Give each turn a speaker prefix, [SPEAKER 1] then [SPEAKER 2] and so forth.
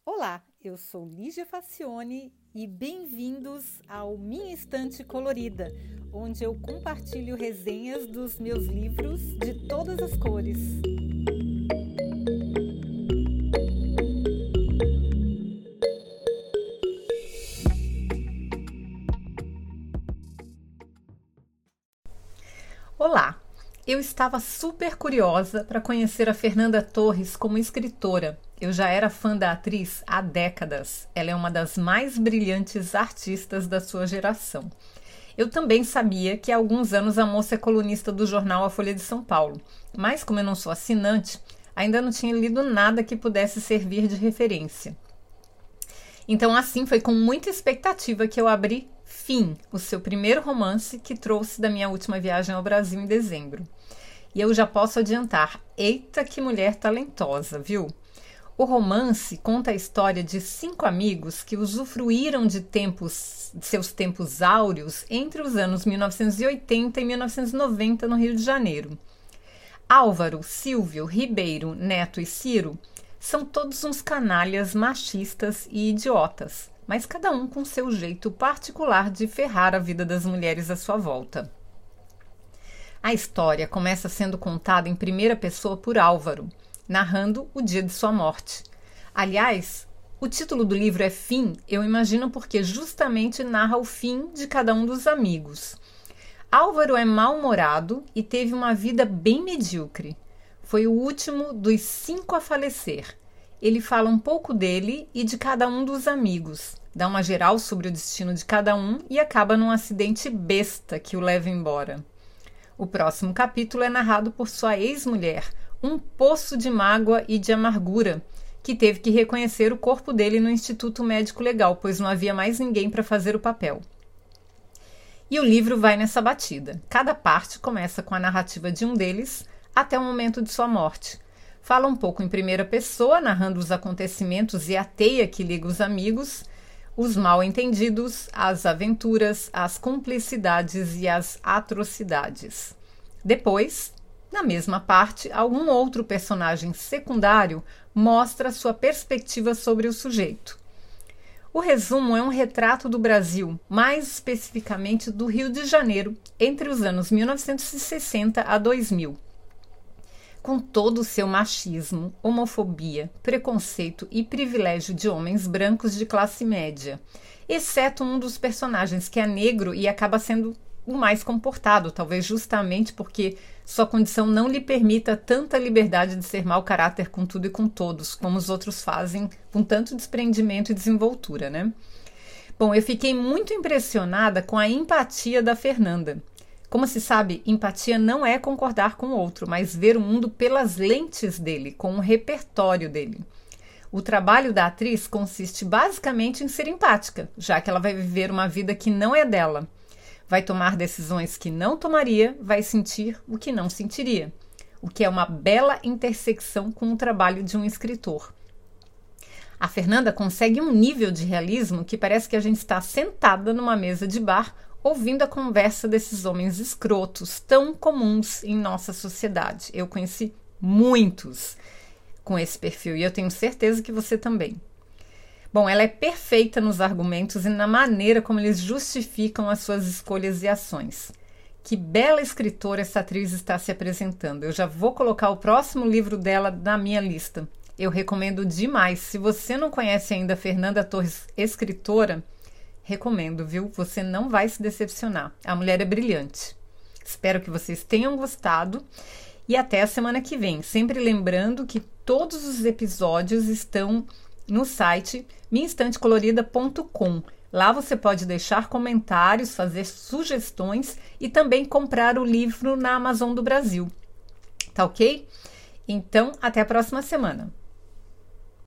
[SPEAKER 1] Olá, eu sou Lígia Facione e bem-vindos ao Minha Estante Colorida, onde eu compartilho resenhas dos meus livros de todas as cores. Olá! Eu estava super curiosa para conhecer a Fernanda Torres como escritora. Eu já era fã da atriz há décadas. Ela é uma das mais brilhantes artistas da sua geração. Eu também sabia que há alguns anos a moça é colunista do jornal A Folha de São Paulo, mas como eu não sou assinante, ainda não tinha lido nada que pudesse servir de referência. Então assim foi com muita expectativa que eu abri Fim, o seu primeiro romance que trouxe da minha última viagem ao Brasil em dezembro. E eu já posso adiantar, eita que mulher talentosa, viu? O romance conta a história de 5 amigos que usufruíram de seus tempos áureos entre os anos 1980 e 1990 no Rio de Janeiro. Álvaro, Silvio, Ribeiro, Neto e Ciro são todos uns canalhas machistas e idiotas, mas cada um com seu jeito particular de ferrar a vida das mulheres à sua volta. A história começa sendo contada em primeira pessoa por Álvaro, narrando o dia de sua morte. Aliás, o título do livro é Fim, eu imagino porque justamente narra o fim de cada um dos amigos. Álvaro é mal-humorado e teve uma vida bem medíocre. Foi o último dos 5 a falecer. Ele fala um pouco dele e de cada um dos amigos, dá uma geral sobre o destino de cada um e acaba num acidente besta que o leva embora. O próximo capítulo é narrado por sua ex-mulher, um poço de mágoa e de amargura, que teve que reconhecer o corpo dele no Instituto Médico Legal, pois não havia mais ninguém para fazer o papel. E o livro vai nessa batida. Cada parte começa com a narrativa de um deles até o momento de sua morte. Fala um pouco em primeira pessoa, narrando os acontecimentos e a teia que liga os amigos, os mal-entendidos, as aventuras, as cumplicidades e as atrocidades. Depois, na mesma parte, algum outro personagem secundário mostra sua perspectiva sobre o sujeito. O resumo é um retrato do Brasil, mais especificamente do Rio de Janeiro, entre os anos 1960 a 2000. Com todo o seu machismo, homofobia, preconceito e privilégio de homens brancos de classe média, exceto um dos personagens que é negro e acaba sendo o mais comportado, talvez justamente porque sua condição não lhe permita tanta liberdade de ser mau caráter com tudo e com todos, como os outros fazem com tanto desprendimento e desenvoltura, né? Bom, eu fiquei muito impressionada com a empatia da Fernanda. Como se sabe, empatia não é concordar com o outro, mas ver o mundo pelas lentes dele, com o repertório dele. O trabalho da atriz consiste basicamente em ser empática, já que ela vai viver uma vida que não é dela. Vai tomar decisões que não tomaria, vai sentir o que não sentiria, o que é uma bela intersecção com o trabalho de um escritor. A Fernanda consegue um nível de realismo que parece que a gente está sentada numa mesa de bar ouvindo a conversa desses homens escrotos tão comuns em nossa sociedade. Eu conheci muitos com esse perfil e eu tenho certeza que você também. Bom, ela é perfeita nos argumentos e na maneira como eles justificam as suas escolhas e ações. Que bela escritora essa atriz está se apresentando. Eu já vou colocar o próximo livro dela na minha lista. Eu recomendo demais. Se você não conhece ainda a Fernanda Torres, escritora, recomendo, viu? Você não vai se decepcionar. A mulher é brilhante. Espero que vocês tenham gostado e até a semana que vem. Sempre lembrando que todos os episódios estão no site minhaestantecolorida.com. Lá você pode deixar comentários, fazer sugestões e também comprar o livro na Amazon do Brasil. Tá ok? Então, até a próxima semana.